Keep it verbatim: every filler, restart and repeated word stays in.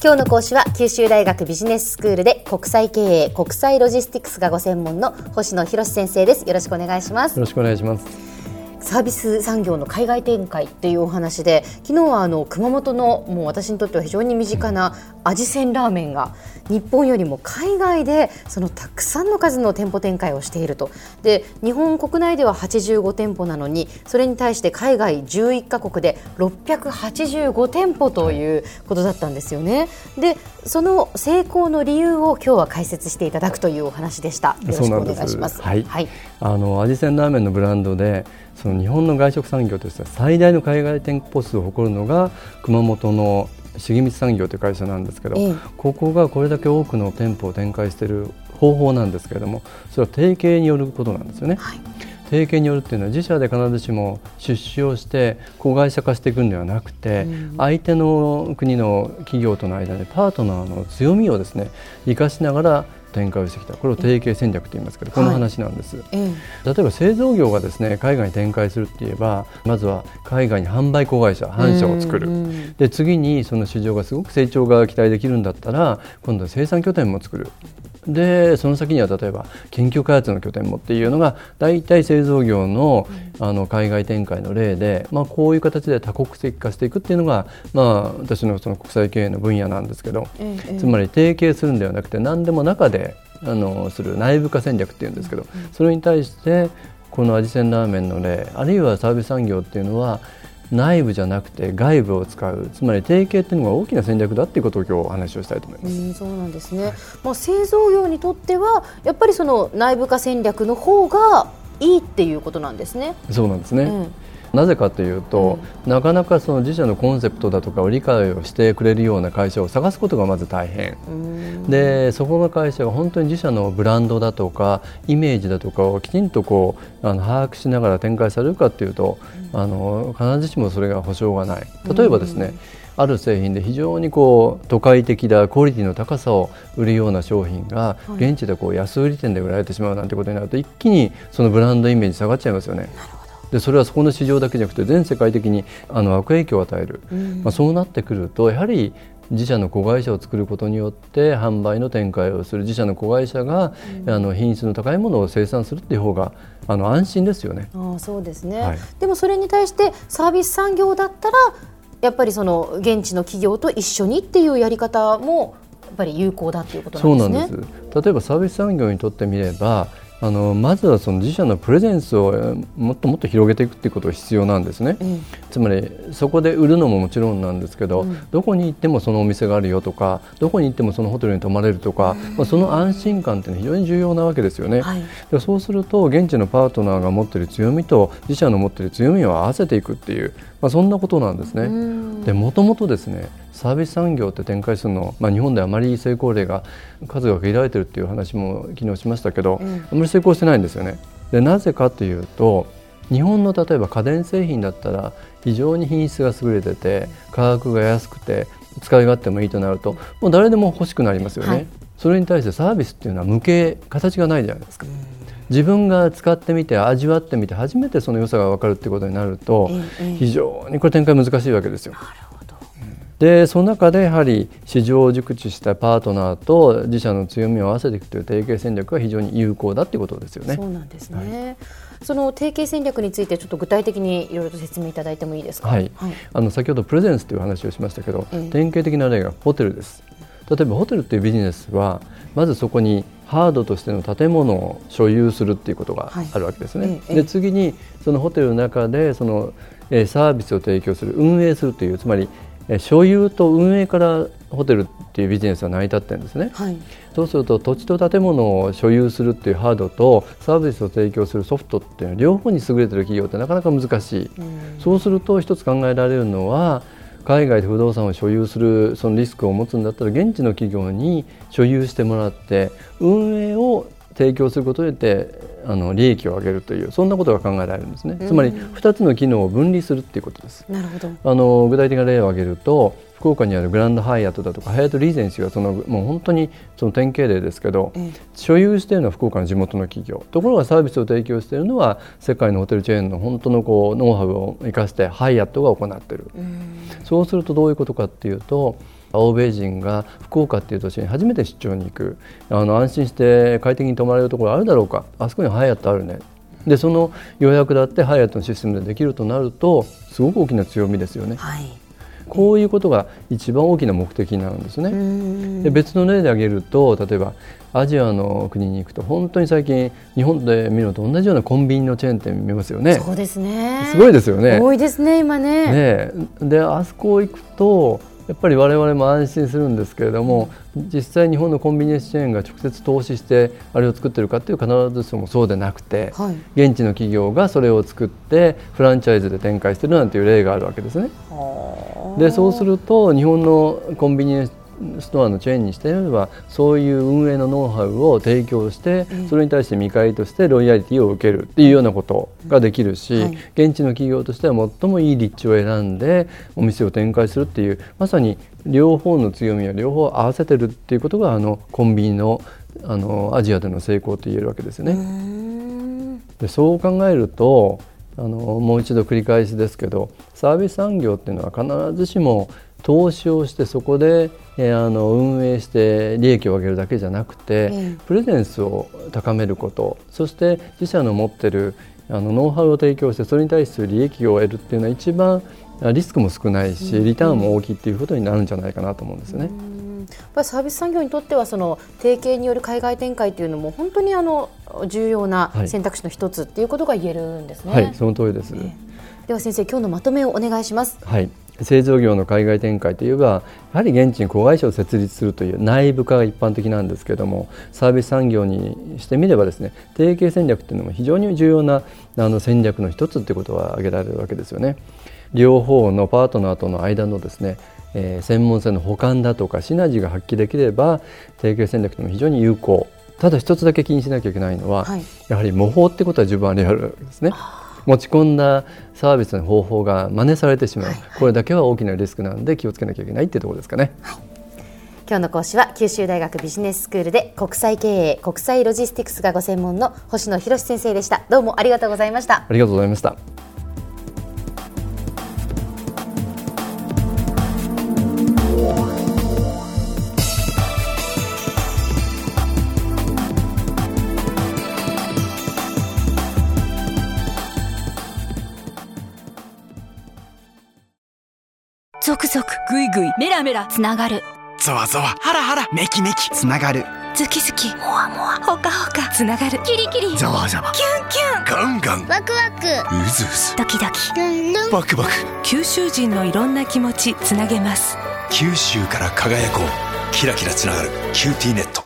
今日の講師は九州大学ビジネススクールで国際経営国際ロジスティクスがご専門の星野博先生です。よろしくお願いします。 よろしくお願いします。 サービス産業の海外展開っていうお話で、昨日はあの熊本のもう私にとっては非常に身近な味仙ラーメンが日本よりも海外でそのたくさんの数の店舗展開をしていると。で、日本国内でははちじゅうごてんぽなのに、それに対して海外じゅういっかこくでろっぴゃくはちじゅうごてんぽということだったんですよね。で、その成功の理由を今日は解説していただくというお話でした。よろしくお願いします。 はい、はい、あの味仙ラーメンのブランドでその日本の外食産業としては最大の海外店舗数を誇るのが熊本の重光産業という会社なんですけど、ええ、ここがこれだけ多くの店舗を展開している方法なんですけれども、それは提携によることなんですよね。はい、提携によるっていうのは自社で必ずしも出資をして子会社化していくんではなくて、うん、相手の国の企業との間でパートナーの強みをですね生かしながら展開をしてきた。これを提携戦略と言いますけど、この話なんです。はい、例えば製造業がですね海外に展開するって言えば、まずは海外に販売子会社販社を作る。で、次にその市場がすごく成長が期待できるんだったら今度は生産拠点も作る。で、その先には例えば研究開発の拠点もっていうのが大体製造業 の, あの海外展開の例で、まあ、こういう形で多国籍化していくっていうのが、まあ、私 の, その国際経営の分野なんですけど、ええ、つまり提携するんではなくて何でも中であのする内部化戦略っていうんですけど、うん、それに対してこの味仙ラーメンの例、あるいはサービス産業っていうのは内部じゃなくて外部を使う、つまり提携っていうのが大きな戦略だっていうことを今日お話をしたいと思います。 うん、そうなんですね。まあ、製造業にとってはやっぱりその内部化戦略の方がいいっていうことなんですね。 そうなんですね。うん、なぜかというと、うん、なかなかその自社のコンセプトだとかを理解をしてくれるような会社を探すことがまず大変で、そこの会社が本当に自社のブランドだとかイメージだとかをきちんとこうあの把握しながら展開されるかというと、うん、あの必ずしもそれが保証がない。例えばですね、うん、ある製品で非常にこう都会的なクオリティの高さを売るような商品が現地でこう安売り店で売られてしまうなんてことになると、一気にそのブランドイメージ下がっちゃいますよね。で、それはそこの市場だけじゃなくて全世界的にあの悪影響を与える。うん、まあ、そうなってくるとやはり自社の子会社を作ることによって販売の展開をする自社の子会社が、うん、あの品質の高いものを生産するっていう方があの安心ですよね。 ああ、そうですね。はい、でもそれに対してサービス産業だったらやっぱりその現地の企業と一緒にっていうやり方もやっぱり有効だということなんですね。 そうなんです。例えばサービス産業にとってみれば、あのまずはその自社のプレゼンスをもっともっと広げていくということが必要なんですね。うん、つまりそこで売るのももちろんなんですけど、うん、どこに行ってもそのお店があるよとか、どこに行ってもそのホテルに泊まれるとか、まあ、その安心感っていうのは非常に重要なわけですよね。はい、でそうすると現地のパートナーが持っている強みと自社の持っている強みを合わせていくっていう、まあ、そんなことなんですね。で、もともとですねサービス産業って展開するの、まあ、日本であまり成功例が数が限られているという話も昨日しましたけど、うん、あまり成功してないんですよね。で、なぜかというと、日本の例えば家電製品だったら非常に品質が優れてて価格が安くて使い勝手もいいとなるともう誰でも欲しくなりますよね。はい、それに対してサービスっていうのは無形、形がないじゃないですか。うん、自分が使ってみて味わってみて初めてその良さが分かるっていうことになると、非常にこれ展開難しいわけですよ。で、その中でやはり市場を熟知したパートナーと自社の強みを合わせていくという提携戦略が非常に有効だということですよね。 そうなんですね。はい、その提携戦略についてちょっと具体的にいろいろと説明いただいてもいいですか。 はいはい、あの先ほどプレゼンスという話をしましたけど、えー、典型的な例がホテルです。例えばホテルというビジネスはまずそこにハードとしての建物を所有するっていうことがあるわけですね。はい、えー、で次にそのホテルの中でその、えー、サービスを提供する、運営するという、つまり所有と運営からホテルっていうビジネスは成り立ってるんですね。はい、そうすると土地と建物を所有するっていうハードとサービスを提供するソフトっていうのは両方に優れてる企業ってなかなか難しい。うん、そうすると一つ考えられるのは、海外で不動産を所有するそのリスクを持つんだったら現地の企業に所有してもらって運営を提供することによってあの利益を上げるという、そんなことが考えられるんですね。つまりふたつの機能を分離するということです。 なるほど。 あの具体的な例を挙げると、 福岡にあるグランドハイアットだとかハイアットリーゼンシーはそのもう本当にその典型例ですけど、うん、所有しているのは福岡の地元の企業、ところがサービスを提供しているのは世界のホテルチェーンの本当のこうノウハウを生かしてハイアットが行っている、うん、そうするとどういうことかっていうと、欧米人が福岡っていう都市に初めて出張に行く、あの安心して快適に泊まれるところあるだろうか、あそこにハイアットあるね、でその予約だってハイアットのシステムでできるとなるとすごく大きな強みですよね、はい、こういうことが一番大きな目的になるんですね。で別の例で挙げると、例えばアジアの国に行くと本当に最近日本で見るのと同じようなコンビニのチェーン店見ますよね。 そうですね、 すごいですよね。 多いですね今 ね, ねであそこ行くとやっぱり我々も安心するんですけれども、実際日本のコンビニエンスチェーンが直接投資してあれを作っているかというと必ずしもそうでなくて、はい、現地の企業がそれを作ってフランチャイズで展開しているなんていう例があるわけですね。でそうすると日本のコンビニエンスストアのチェーンにしていればそういう運営のノウハウを提供してそれに対して見返りとしてロイヤリティを受けるっていうようなことができるし、はい、現地の企業としては最もいい立地を選んでお店を展開するっていう、まさに両方の強みを両方合わせてるっていうことがあのコンビニの、あのアジアでの成功と言えるわけですよね。でそう考えるとあのもう一度繰り返しですけど、サービス産業っていうのは必ずしも投資をしてそこで、えー、あの運営して利益を上げるだけじゃなくて、うん、プレゼンスを高めること、そして自社の持ってるあのノウハウを提供してそれに対する利益を得るっていうのは一番リスクも少ないし、うん、リターンも大きいっていうことになるんじゃないかなと思うんですね。 うんやっぱりサービス産業にとってはその提携による海外展開というのも本当にあの重要な選択肢の一つっていうことが言えるんですね。 はい、はい、その通りです、ね、 では先生、今日のまとめをお願いします。 はい、製造業の海外展開といえばやはり現地に子会社を設立するという内部化が一般的なんですけれども、サービス産業にしてみればですね、提携戦略というのも非常に重要なあの戦略の一つということは挙げられるわけですよね。両方のパートナーとの間のですね、えー、専門性の補完だとかシナジーが発揮できれば提携戦略というのも非常に有効。ただ一つだけ気にしなきゃいけないのは、はい、やはり模倣ってことは十分あり得るわけですね。持ち込んだサービスの方法が真似されてしまう、はいはい、これだけは大きなリスクなので気をつけなきゃいけないっていうところですかね。はい、 今日の講師は九州大学ビジネススクールで国際経営国際ロジスティクスがご専門の星野博先生でした。どうもありがとうございました。 ありがとうございました。 ゾクゾクグイグイメラメラつながる、 ゾワゾワハラハラメキメキつながる、 ズキズキモワモワホカホカつながる、キリキリザワザワキュンキュンガンガンワクワクウズウズドキドキルンルンバクバク、 九州人のいろんな気持ちつなげます。 九州から輝こう、キラキラつながるキューティーネット。